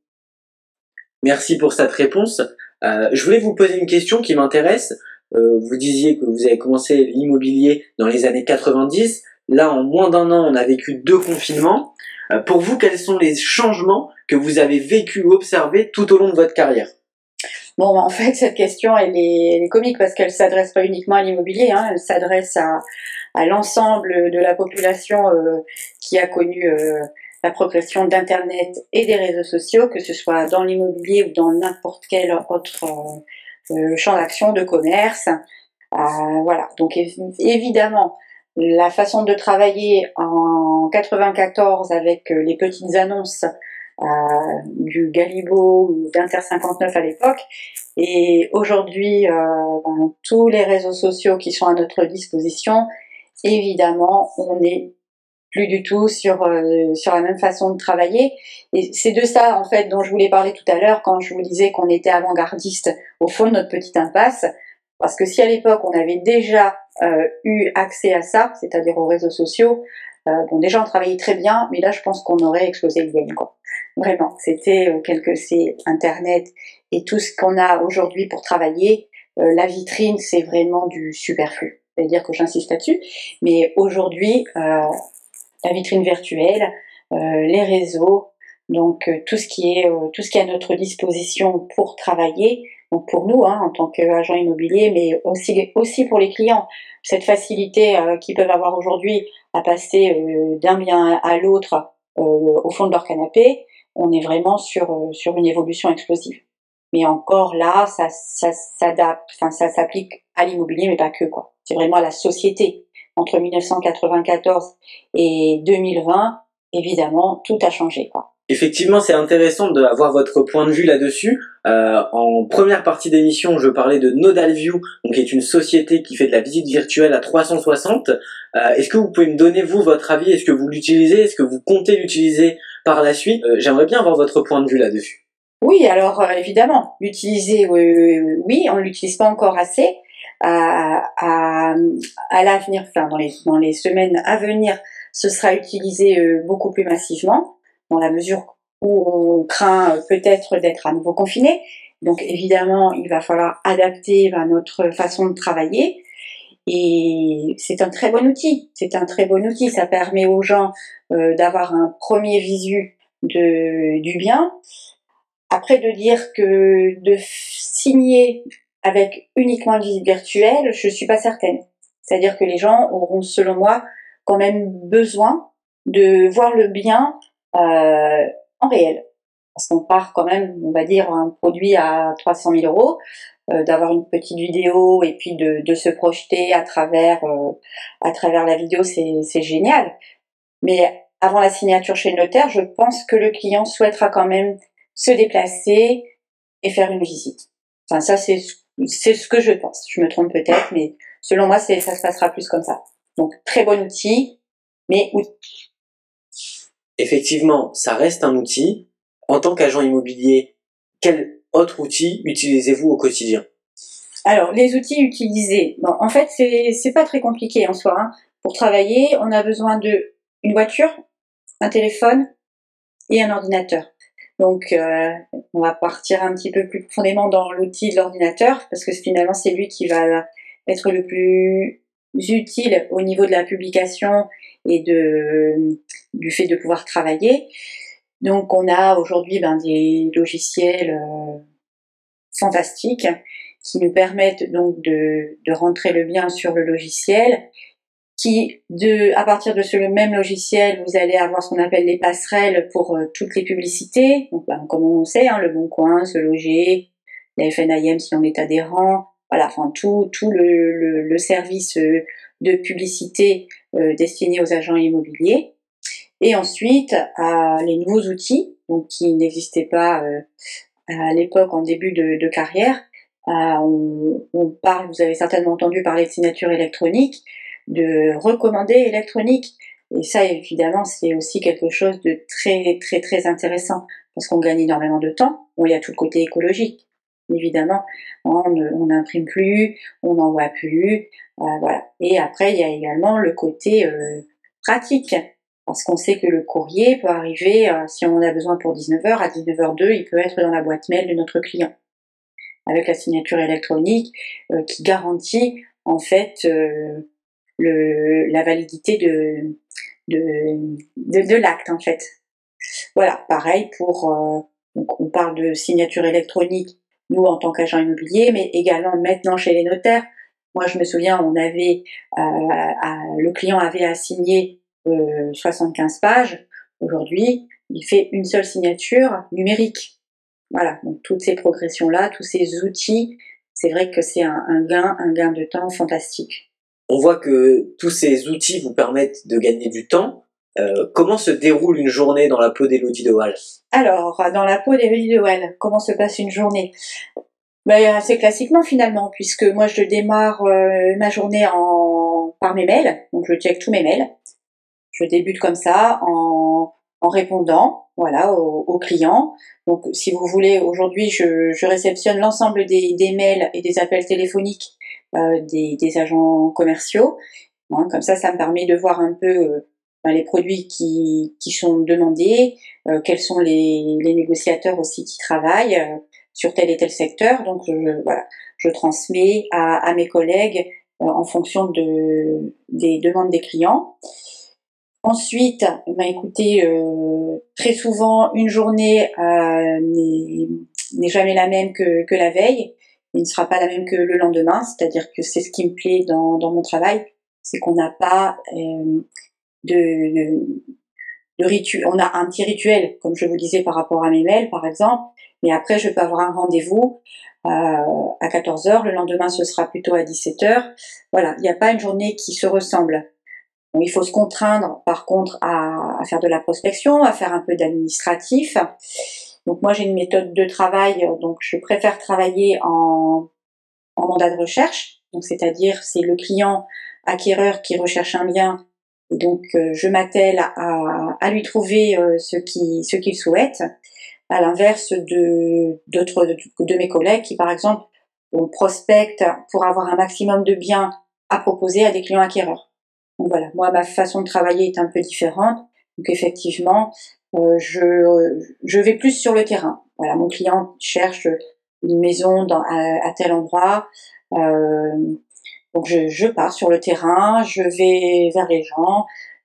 Merci pour cette réponse. Euh, je voulais vous poser une question qui m'intéresse. Euh, vous disiez que vous avez commencé l'immobilier dans les années quatre-vingt-dix. Là, en moins d'un an, on a vécu deux confinements. Euh, pour vous, quels sont les changements que vous avez vécu ou observés tout au long de votre carrière? Bon, en fait, cette question, elle est, elle est comique parce qu'elle s'adresse pas uniquement à l'immobilier, hein, elle s'adresse à, à l'ensemble de la population euh, qui a connu euh, la progression d'Internet et des réseaux sociaux, que ce soit dans l'immobilier ou dans n'importe quel autre euh, euh, champ d'action, de commerce. Euh, voilà, donc évidemment, la façon de travailler en quatre-vingt-quatorze avec les petites annonces euh, du Galibo ou d'Inter cinquante-neuf à l'époque, et aujourd'hui, euh, ben, tous les réseaux sociaux qui sont à notre disposition, évidemment, on n'est plus du tout sur, euh, sur la même façon de travailler. Et c'est de ça, en fait, dont je voulais parler tout à l'heure quand je vous disais qu'on était avant-gardiste au fond de notre petite impasse. Parce que si à l'époque, on avait déjà euh, eu accès à ça, c'est-à-dire aux réseaux sociaux, euh, bon, déjà, on travaillait très bien, mais là, je pense qu'on aurait explosé le game, quoi. Vraiment, c'était euh, quelque, c'est Internet et tout ce qu'on a aujourd'hui pour travailler. Euh, la vitrine, c'est vraiment du superflu. C'est-à-dire que j'insiste là-dessus. Mais aujourd'hui, euh, la vitrine virtuelle, euh, les réseaux, donc euh, tout ce qui est euh, tout ce qui est à notre disposition pour travailler. Donc pour nous, hein, en tant qu'agent immobilier, mais aussi aussi pour les clients, cette facilité euh, qu'ils peuvent avoir aujourd'hui à passer euh, d'un bien à l'autre euh, au fond de leur canapé, on est vraiment sur euh, sur une évolution explosive. Mais encore là, ça ça s'adapte, enfin ça s'applique à l'immobilier, mais pas que, quoi. C'est vraiment à la société. Entre mille neuf cent quatre-vingt-quatorze et deux mille vingt, évidemment, tout a changé, quoi. Effectivement, c'est intéressant d'avoir votre point de vue là-dessus. Euh, en première partie d'émission, je parlais de Nodalview, donc qui est une société qui fait de la visite virtuelle à trois cent soixante. Euh, est-ce que vous pouvez me donner, vous, votre avis? Est-ce que vous l'utilisez? Est-ce que vous comptez l'utiliser par la suite? euh, J'aimerais bien avoir votre point de vue là-dessus. Oui, alors euh, évidemment, l'utiliser, oui, oui, on ne l'utilise pas encore assez. À, à, à l'avenir, enfin dans les, dans les semaines à venir, ce sera utilisé euh, beaucoup plus massivement, dans la mesure où on craint euh, peut-être d'être à nouveau confiné. Donc évidemment, il va falloir adapter ben, notre façon de travailler. Et c'est un très bon outil. C'est un très bon outil. Ça permet aux gens euh, d'avoir un premier visu de, du bien. Après, de dire que de signer avec uniquement le visite virtuel, je suis pas certaine. C'est-à-dire que les gens auront, selon moi, quand même besoin de voir le bien euh, en réel. Parce qu'on part quand même, on va dire, un produit à trois cent mille euros, euh, d'avoir une petite vidéo et puis de, de se projeter à travers, euh, à travers la vidéo, c'est, c'est génial. Mais avant la signature chez le notaire, je pense que le client souhaitera quand même se déplacer et faire une visite. Enfin, ça, c'est, c'est ce que je pense. Je me trompe peut-être, mais selon moi, c'est, ça se passera plus comme ça. Donc, très bon outil, mais outil. Effectivement, ça reste un outil. En tant qu'agent immobilier, quel autre outil utilisez-vous au quotidien? Alors, les outils utilisés, bon, en fait, c'est, c'est pas très compliqué en soi. Hein. Pour travailler, on a besoin de une voiture, un téléphone et un ordinateur. Donc, euh, on va partir un petit peu plus profondément dans l'outil de l'ordinateur, parce que finalement, c'est lui qui va être le plus utile au niveau de la publication et de, du fait de pouvoir travailler. Donc, on a aujourd'hui ben, des logiciels euh, fantastiques qui nous permettent donc de, de rentrer le bien sur le logiciel, qui, de, à partir de ce même logiciel, vous allez avoir ce qu'on appelle les passerelles pour euh, toutes les publicités. Donc, ben, comme on sait, hein, Le Bon Coin, Se Loger, la F N I M si on est adhérent, voilà, enfin tout, tout le, le, le service euh, de publicité euh, destiné aux agents immobiliers. Et ensuite, à les nouveaux outils, donc qui n'existaient pas euh, à l'époque en début de, de carrière. Euh, on, on parle, vous avez certainement entendu parler de signature électronique, de recommandé électronique. Et ça, évidemment, c'est aussi quelque chose de très, très, très intéressant parce qu'on gagne énormément de temps. Bon, il y a tout le côté écologique, évidemment. On n'imprime plus, on n'envoie plus, euh, voilà. Et après, il y a également le côté euh, pratique parce qu'on sait que le courrier peut arriver, euh, si on en a besoin pour dix-neuf heures, à dix-neuf heures deux, il peut être dans la boîte mail de notre client avec la signature électronique euh, qui garantit en fait euh, le, la validité de, de, de, de l'acte en fait. Voilà, pareil pour, euh, donc on parle de signature électronique, nous en tant qu'agent immobilier, mais également maintenant chez les notaires. Moi je me souviens, on avait, euh, à, le client avait à signer euh, soixante-quinze pages. Aujourd'hui, il fait une seule signature numérique. Voilà, donc toutes ces progressions-là, tous ces outils, c'est vrai que c'est un, un gain, un gain de temps fantastique. On voit que tous ces outils vous permettent de gagner du temps. Euh, comment se déroule une journée dans la peau d'Élodie de Waal? Alors, dans la peau d'Élodie de Waal, comment se passe une journée? Ben, assez classiquement finalement, puisque moi je démarre euh, ma journée en par mes mails, donc je check tous mes mails. Je débute comme ça en, en répondant, voilà, aux, aux clients. Donc, si vous voulez, aujourd'hui, je, je réceptionne l'ensemble des, des mails et des appels téléphoniques euh, des, des agents commerciaux. Hein, comme ça, ça me permet de voir un peu euh, ben, les produits qui, qui sont demandés, euh, quels sont les, les négociateurs aussi qui travaillent euh, sur tel et tel secteur. Donc, je, voilà, je transmets à, à mes collègues euh, en fonction de, des demandes des clients. Ensuite, bah écoutez, euh, très souvent, une journée euh, n'est, n'est jamais la même que, que la veille. Il ne sera pas la même que le lendemain. C'est-à-dire que c'est ce qui me plaît dans, dans mon travail, c'est qu'on n'a pas euh, de, de, de rituel. On a un petit rituel, comme je vous disais par rapport à mes mails, par exemple. Mais après, je peux avoir un rendez-vous euh, à quatorze heures. Le lendemain, ce sera plutôt à dix-sept heures. Voilà, il n'y a pas une journée qui se ressemble. Donc, il faut se contraindre, par contre, à, à faire de la prospection, à faire un peu d'administratif. Donc, moi, j'ai une méthode de travail, donc je préfère travailler en, en mandat de recherche. Donc, c'est-à-dire, c'est le client acquéreur qui recherche un bien, et donc euh, je m'attelle à, à lui trouver euh, ce qui, ce qu'il souhaite. À l'inverse de d'autres de, de mes collègues qui, par exemple, on prospecte pour avoir un maximum de biens à proposer à des clients acquéreurs. Donc voilà, moi ma façon de travailler est un peu différente. Donc effectivement, euh, je, je vais plus sur le terrain. Voilà, mon client cherche une maison dans, à, à tel endroit. Euh, donc je, je pars sur le terrain, je vais vers les gens.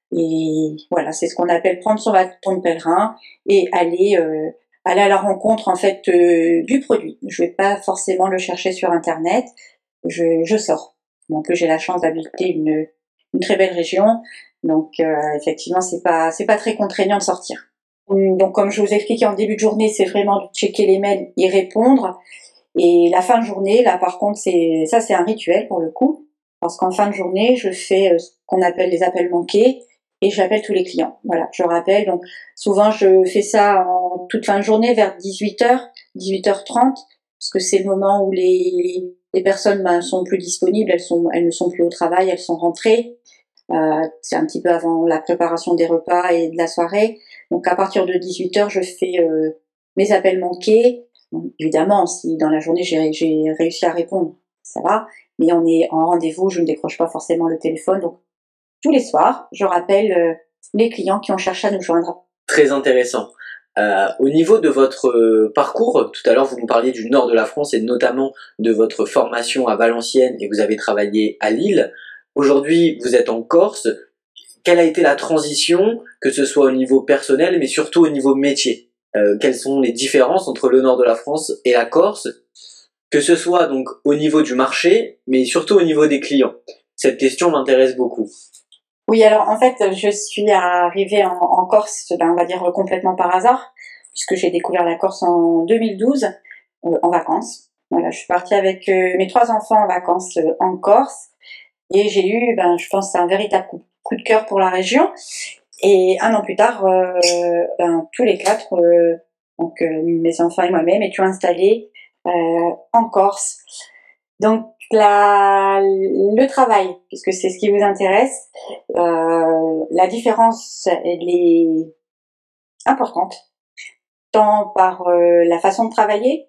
Et voilà, c'est ce qu'on appelle prendre son bâton de pèlerin et aller... Euh, aller à la rencontre en fait euh, du produit. Je vais pas forcément le chercher sur internet, je, je sors. En plus j'ai la chance d'habiter une, une très belle région, donc euh, effectivement c'est pas c'est pas très contraignant de sortir. Donc comme je vous ai expliqué en début de journée, c'est vraiment de checker les mails, y répondre. Et la fin de journée, là par contre c'est ça c'est un rituel pour le coup, parce qu'en fin de journée je fais ce qu'on appelle les appels manqués. Et j'appelle tous les clients. Voilà, je rappelle. Donc souvent je fais ça en toute fin de journée vers dix-huit heures, dix-huit heures trente, parce que c'est le moment où les, les personnes ben, sont plus disponibles, elles sont, elles ne sont plus au travail, elles sont rentrées. Euh, c'est un petit peu avant la préparation des repas et de la soirée. Donc à partir de dix-huit heures, je fais euh, mes appels manqués. Donc, évidemment, si dans la journée j'ai, j'ai réussi à répondre, ça va. Mais on est en rendez-vous, je ne décroche pas forcément le téléphone. Donc tous les soirs, je rappelle euh, les clients qui ont cherché à nous joindre. Très intéressant. Euh, au niveau de votre euh, parcours, tout à l'heure vous nous parliez du nord de la France et notamment de votre formation à Valenciennes et vous avez travaillé à Lille. Aujourd'hui, vous êtes en Corse. Quelle a été la transition, que ce soit au niveau personnel, mais surtout au niveau métier? euh, Quelles sont les différences entre le nord de la France et la Corse? Que ce soit donc au niveau du marché, mais surtout au niveau des clients. Cette question m'intéresse beaucoup. Oui, alors en fait, je suis arrivée en, en Corse, ben, on va dire complètement par hasard, puisque j'ai découvert la Corse en deux mille douze, euh, en vacances. Voilà, je suis partie avec euh, mes trois enfants en vacances euh, en Corse, et j'ai eu, ben, je pense, un véritable coup, coup de cœur pour la région. Et un an plus tard, euh, ben, tous les quatre, euh, donc euh, mes enfants et moi-même, étions installés euh, en Corse. Donc la, le travail, puisque c'est ce qui vous intéresse, euh, la différence elle est importante, tant par euh, la façon de travailler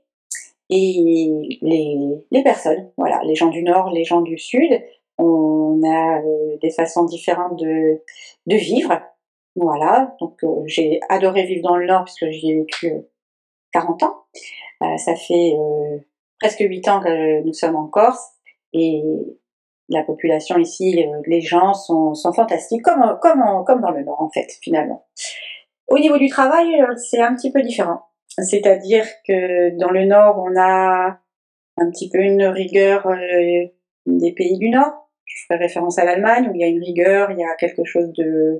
et les, les personnes. Voilà, les gens du Nord, les gens du Sud, on a euh, des façons différentes de, de vivre. Voilà, donc euh, j'ai adoré vivre dans le Nord puisque j'y ai vécu quarante ans. Euh, ça fait euh, presque huit ans que nous sommes en Corse et la population ici, euh, les gens sont, sont fantastiques, comme, comme, en, comme dans le Nord en fait, finalement. Au niveau du travail, euh, c'est un petit peu différent. C'est-à-dire que dans le Nord, on a un petit peu une rigueur euh, des pays du Nord. Je ferai référence à l'Allemagne où il y a une rigueur, il y a quelque chose de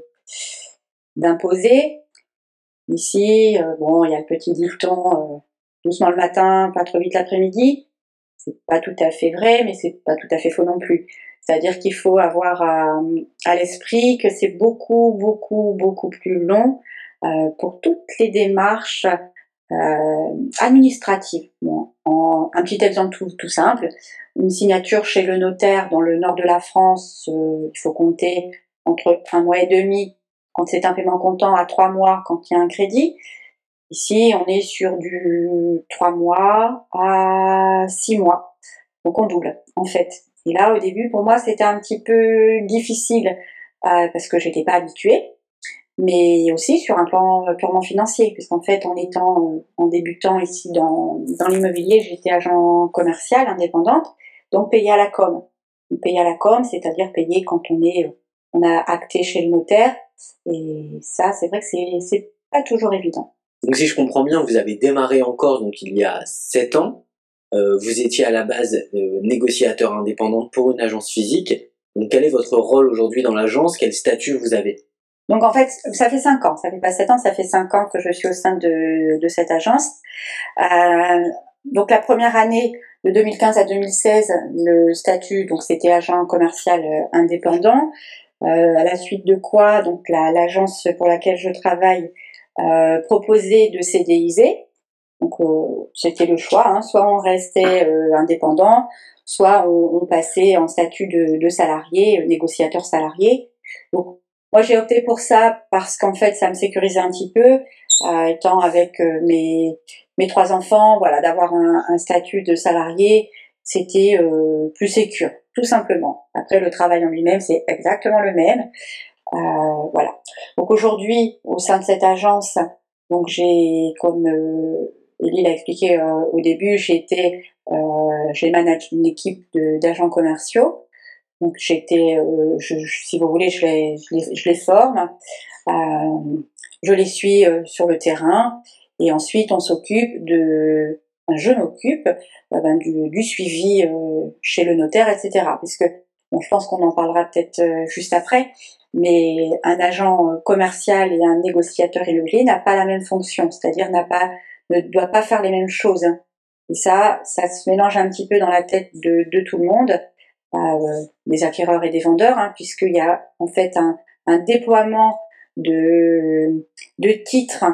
d'imposé. Ici, euh, bon, il y a le petit dicton euh, doucement le matin, pas trop vite l'après-midi. C'est pas tout à fait vrai, mais c'est pas tout à fait faux non plus. C'est-à-dire qu'il faut avoir à, à l'esprit que c'est beaucoup, beaucoup, beaucoup plus long euh, pour toutes les démarches euh, administratives. Bon, en, un petit exemple tout, tout simple, une signature chez le notaire dans le nord de la France, euh, il faut compter entre un mois et demi quand c'est un paiement comptant à trois mois quand il y a un crédit. Ici, on est sur du trois mois à six mois. Donc on double, en fait. Et là, au début, pour moi, c'était un petit peu difficile euh, parce que j'étais pas habituée, mais aussi sur un plan purement financier, puisqu'en fait, en étant, euh, en débutant ici dans, dans l'immobilier, j'étais agent commercial indépendante, donc payé à la com. Payé à la com, c'est-à-dire payé quand on est, on a acté chez le notaire. Et ça, c'est vrai que c'est, c'est pas toujours évident. Donc si je comprends bien, vous avez démarré en Corse donc il y a sept ans. Euh, vous étiez à la base euh, négociateur indépendant pour une agence physique. Donc quel est votre rôle aujourd'hui dans l'agence? Quel statut vous avez? Donc en fait, ça fait cinq ans, ça fait pas sept ans, ça fait cinq ans que je suis au sein de, de cette agence. Euh, donc la première année, de deux mille quinze à deux mille seize, le statut, donc c'était agent commercial indépendant. Euh, à la suite de quoi, donc la, l'agence pour laquelle je travaille euh, proposait de C D I S er. Donc euh, c'était le choix, hein. Soit on restait euh, indépendant, soit on, on passait en statut de, de salarié, euh, négociateur salarié. Donc moi j'ai opté pour ça parce qu'en fait ça me sécurisait un petit peu, euh, étant avec euh, mes mes trois enfants, voilà, d'avoir un, un statut de salarié, c'était euh, plus sécure. tout simplement. Après, le travail en lui-même, c'est exactement le même. Euh, voilà. Donc aujourd'hui, au sein de cette agence, donc j'ai, comme euh, Élie l'a expliqué euh, au début, j'ai été, euh, j'ai managé une équipe de, d'agents commerciaux. Donc j'étais, euh, je, je, si vous voulez, je les, je les, je les forme, euh, je les suis euh, sur le terrain, et ensuite on s'occupe de, enfin, je m'occupe euh, ben, du, du suivi euh, chez le notaire, et cetera. Puisque bon, je pense qu'on en parlera peut-être euh, juste après, mais un agent commercial et un négociateur immobilier n'a pas la même fonction, c'est-à-dire n'a pas, ne doit pas faire les mêmes choses. Et ça, ça se mélange un petit peu dans la tête de, de tout le monde. Euh, des acquéreurs et des vendeurs, hein, puisqu'il y a en fait un, un déploiement de, de titres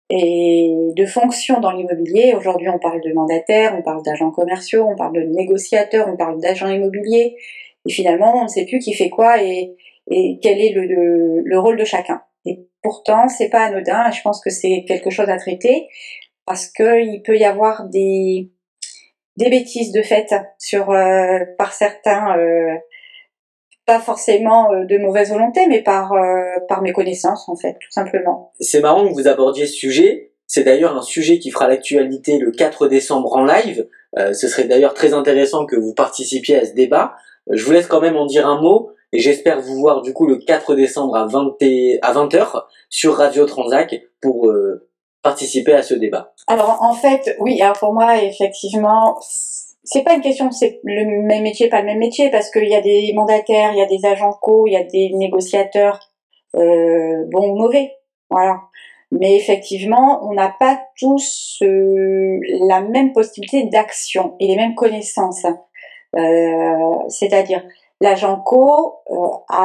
et de fonctions dans l'immobilier. Aujourd'hui, on parle de mandataires, on parle d'agents commerciaux, on parle de négociateurs, on parle d'agents immobiliers. Et finalement, on ne sait plus qui fait quoi et, et quel est le, le, le rôle de chacun. Et pourtant, c'est pas anodin. Je pense que c'est quelque chose à traiter parce qu'il peut y avoir des des bêtises de fait sur euh, par certains, euh, pas forcément euh, de mauvaise volonté, mais par euh, par méconnaissance en fait, tout simplement. C'est marrant que vous abordiez ce sujet. C'est d'ailleurs un sujet qui fera l'actualité le quatre décembre en live. Euh, ce serait d'ailleurs très intéressant que vous participiez à ce débat. Euh, je vous laisse quand même en dire un mot et j'espère vous voir du coup le quatre décembre à vingt à vingt heures sur Radio Transac pour euh, participer à ce débat. Alors en fait, oui, alors pour moi effectivement, c'est pas une question que c'est le même métier, pas le même métier, parce qu'il y a des mandataires, il y a des agents co, il y a des négociateurs, euh, bons ou mauvais, voilà. Mais effectivement, on n'a pas tous euh, la même possibilité d'action et les mêmes connaissances. Euh, c'est-à-dire, l'agent co euh,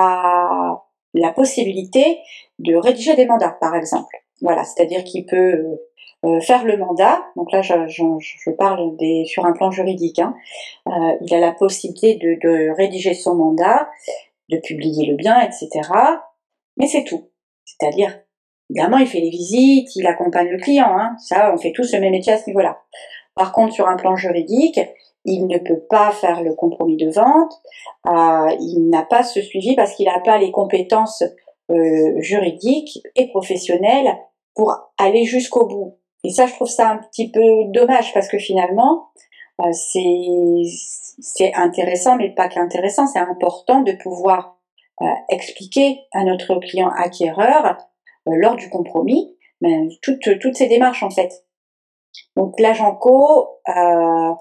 a la possibilité de rédiger des mandats, par exemple. Voilà, c'est-à-dire qu'il peut euh, faire le mandat. Donc là, je, je, je parle des, sur un plan juridique. Hein. Euh, il a la possibilité de, de rédiger son mandat, de publier le bien, et cetera. Mais c'est tout. C'est-à-dire, évidemment, il fait les visites, il accompagne le client. Hein. Ça, on fait tous le même métier à ce niveau-là. Par contre, sur un plan juridique, il ne peut pas faire le compromis de vente. Euh, il n'a pas ce suivi parce qu'il n'a pas les compétences euh, juridiques et professionnelles pour aller jusqu'au bout. Et ça, je trouve ça un petit peu dommage parce que finalement, euh, c'est c'est intéressant, mais pas qu'intéressant, c'est important de pouvoir euh, expliquer à notre client acquéreur, euh, lors du compromis, ben, toutes, toutes ces démarches en fait. Donc l'agent co, euh,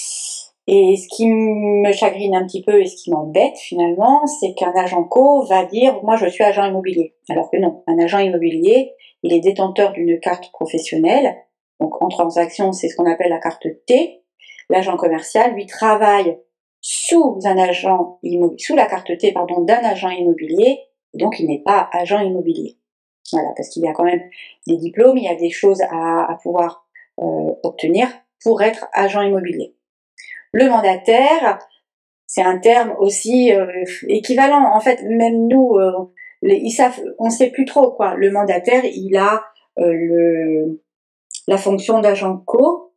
et ce qui me chagrine un petit peu et ce qui m'embête finalement, c'est qu'un agent co va dire « moi je suis agent immobilier ». Alors que non, un agent immobilier, il est détenteur d'une carte professionnelle, donc en transaction c'est ce qu'on appelle la carte T. L'agent commercial, lui, travaille sous un agent immobilier, sous la carte T pardon, d'un agent immobilier, et donc il n'est pas agent immobilier. Voilà, parce qu'il y a quand même des diplômes, il y a des choses à, à pouvoir euh, obtenir pour être agent immobilier. Le mandataire, c'est un terme aussi euh, équivalent. En fait, même nous, euh, les, ils savent, on ne sait plus trop quoi. Le mandataire, il a euh, le, la fonction d'agent co,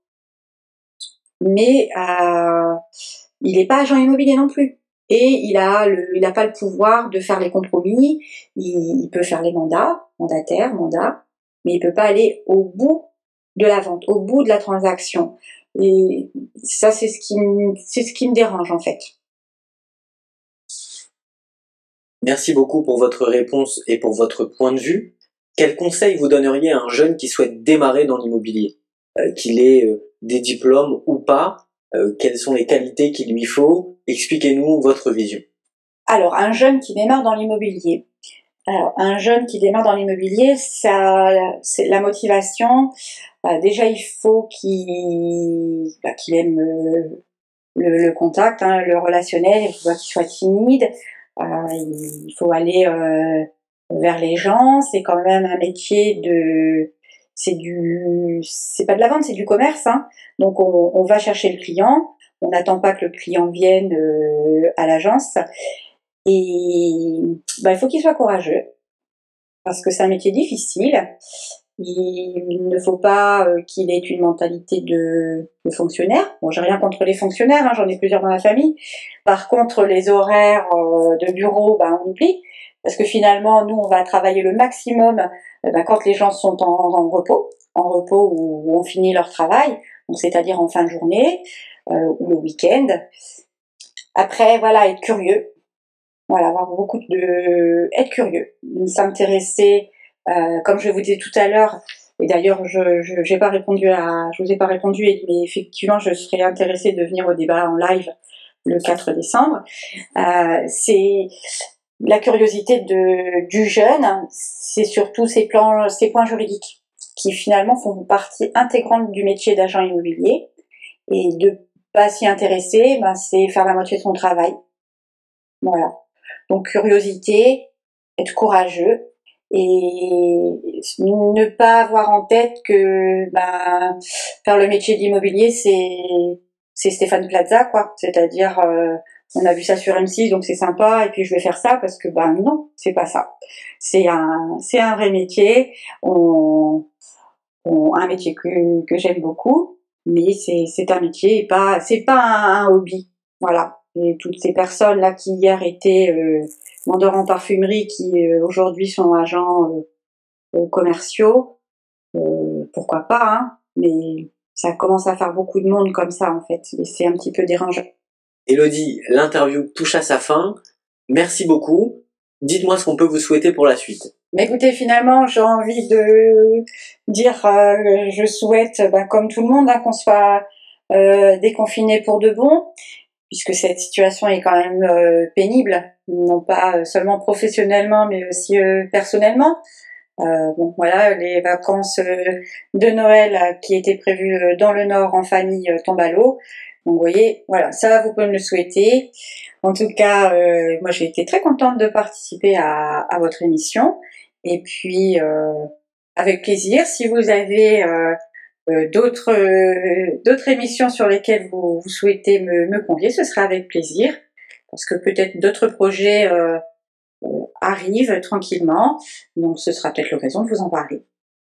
mais euh, il n'est pas agent immobilier non plus. Et il a le, il n'a pas le pouvoir de faire les compromis. Il, il peut faire les mandats, mandataire, mandat, mais il peut pas aller au bout de la vente, au bout de la transaction. Et ça, c'est ce qui me, c'est ce qui me dérange en fait. Merci beaucoup pour votre réponse et pour votre point de vue. Quel conseil vous donneriez à un jeune qui souhaite démarrer dans l'immobilier, euh, qu'il ait euh, des diplômes ou pas? Euh, quelles sont les qualités qu'il lui faut? Expliquez-nous votre vision. Alors, un jeune qui démarre dans l'immobilier. Alors, un jeune qui démarre dans l'immobilier, ça, c'est la motivation. Euh, déjà, il faut qu'il, bah, qu'il aime euh, le, le contact, hein, le relationnel. Il faut qu'il soit timide. Euh, il faut aller euh, vers les gens. C'est quand même un métier de, c'est du, c'est pas de la vente, c'est du commerce. Hein. Donc, on, on va chercher le client. On n'attend pas que le client vienne euh, à l'agence. Et bah, il faut qu'il soit courageux, parce que c'est un métier difficile. Il ne faut pas euh, qu'il ait une mentalité de, de fonctionnaire. Bon, j'ai rien contre les fonctionnaires, hein, j'en ai plusieurs dans la famille. Par contre, les horaires euh, de bureau, ben, on oublie. Parce que finalement, nous, on va travailler le maximum euh, ben, quand les gens sont en, en repos, en repos où, où on finit leur travail, donc c'est-à-dire en fin de journée euh, ou le week-end. Après, voilà, être curieux. Voilà, avoir beaucoup de... être curieux, s'intéresser, euh, comme je vous disais tout à l'heure, et d'ailleurs, je je j'ai pas répondu à... je vous ai pas répondu, mais effectivement, je serais intéressée de venir au débat en live le quatre décembre. Euh, c'est la curiosité de, du jeune, c'est surtout ces plans, ces points juridiques qui finalement font partie intégrante du métier d'agent immobilier. Et de pas s'y intéresser, ben c'est faire la moitié de son travail. Voilà. Donc curiosité, être courageux et ne pas avoir en tête que ben faire le métier d'immobilier c'est c'est Stéphane Plaza quoi, c'est-à-dire euh, on a vu ça sur M six donc c'est sympa et puis je vais faire ça parce que ben non, c'est pas ça. C'est un c'est un vrai métier, on, on un métier que que j'aime beaucoup, mais c'est c'est un métier et pas c'est pas un, un hobby. Voilà. Et toutes ces personnes là qui hier étaient euh, vendeurs en parfumerie qui euh, aujourd'hui sont agents euh, euh, commerciaux, euh, pourquoi pas, hein, mais ça commence à faire beaucoup de monde comme ça en fait, et c'est un petit peu dérangeant. Élodie, l'interview touche à sa fin. Merci beaucoup. Dites-moi ce qu'on peut vous souhaiter pour la suite. Mais écoutez, finalement, j'ai envie de dire, euh, je souhaite, ben, comme tout le monde, hein, qu'on soit euh, déconfiné pour de bon, puisque cette situation est quand même euh, pénible, non pas seulement professionnellement, mais aussi euh, personnellement. Euh, bon, voilà, les vacances euh, de Noël euh, qui étaient prévues euh, dans le Nord en famille euh, tombent à l'eau. Donc, vous voyez, voilà, ça, vous pouvez me le souhaiter. En tout cas, euh, moi, j'ai été très contente de participer à, à votre émission. Et puis, euh, avec plaisir, si vous avez euh, euh, d'autres euh, d'autres émissions sur lesquelles vous, vous souhaitez me, me convier, ce sera avec plaisir. Parce que peut-être d'autres projets euh, euh, arrivent tranquillement. Donc, ce sera peut-être l'occasion de vous en parler.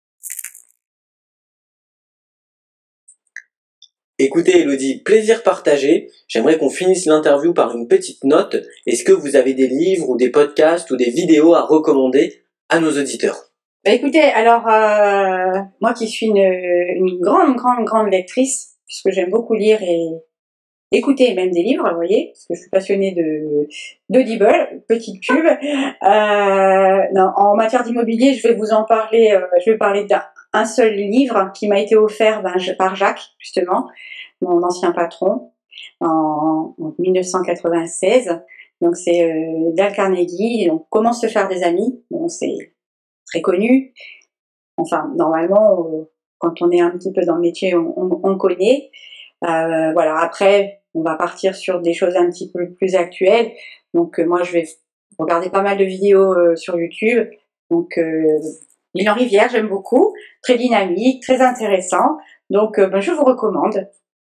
Écoutez Élodie, plaisir partagé. J'aimerais qu'on finisse l'interview par une petite note. Est-ce que vous avez des livres ou des podcasts ou des vidéos à recommander à nos auditeurs? Bah écoutez, alors euh, moi qui suis une, une grande, grande, grande lectrice, puisque j'aime beaucoup lire et écouter même des livres, vous voyez, parce que je suis passionnée de d'Audible, petite pub. Euh, non, en matière d'immobilier, je vais vous en parler, euh, je vais parler d'un un seul livre qui m'a été offert ben, par Jacques, justement, mon ancien patron, en, en mille neuf cent quatre-vingt-seize. Donc c'est euh, Dale Carnegie, donc Comment se faire des amis. Bon, c'est très connu. Enfin, normalement, euh, quand on est un petit peu dans le métier, on, on, on connaît. Euh, voilà. Après, on va partir sur des choses un petit peu plus actuelles. Donc euh, moi, je vais regarder pas mal de vidéos euh, sur YouTube. Donc euh, L'île en rivière, j'aime beaucoup, très dynamique, très intéressant, donc euh, ben, je vous recommande.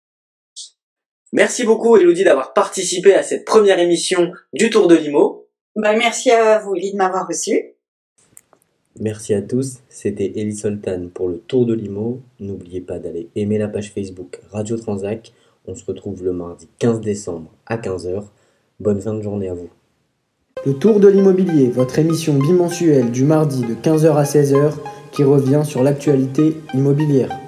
Merci beaucoup Élodie d'avoir participé à cette première émission du Tour de Limo. Ben, merci à vous Elie de m'avoir reçu. Merci à tous, c'était Elie Soltan pour le Tour de Limo. N'oubliez pas d'aller aimer la page Facebook Radio Transac. On se retrouve le mardi quinze décembre à quinze heures. Bonne fin de journée à vous. Le Tour de l'immobilier, votre émission bimensuelle du mardi de quinze heures à seize heures qui revient sur l'actualité immobilière.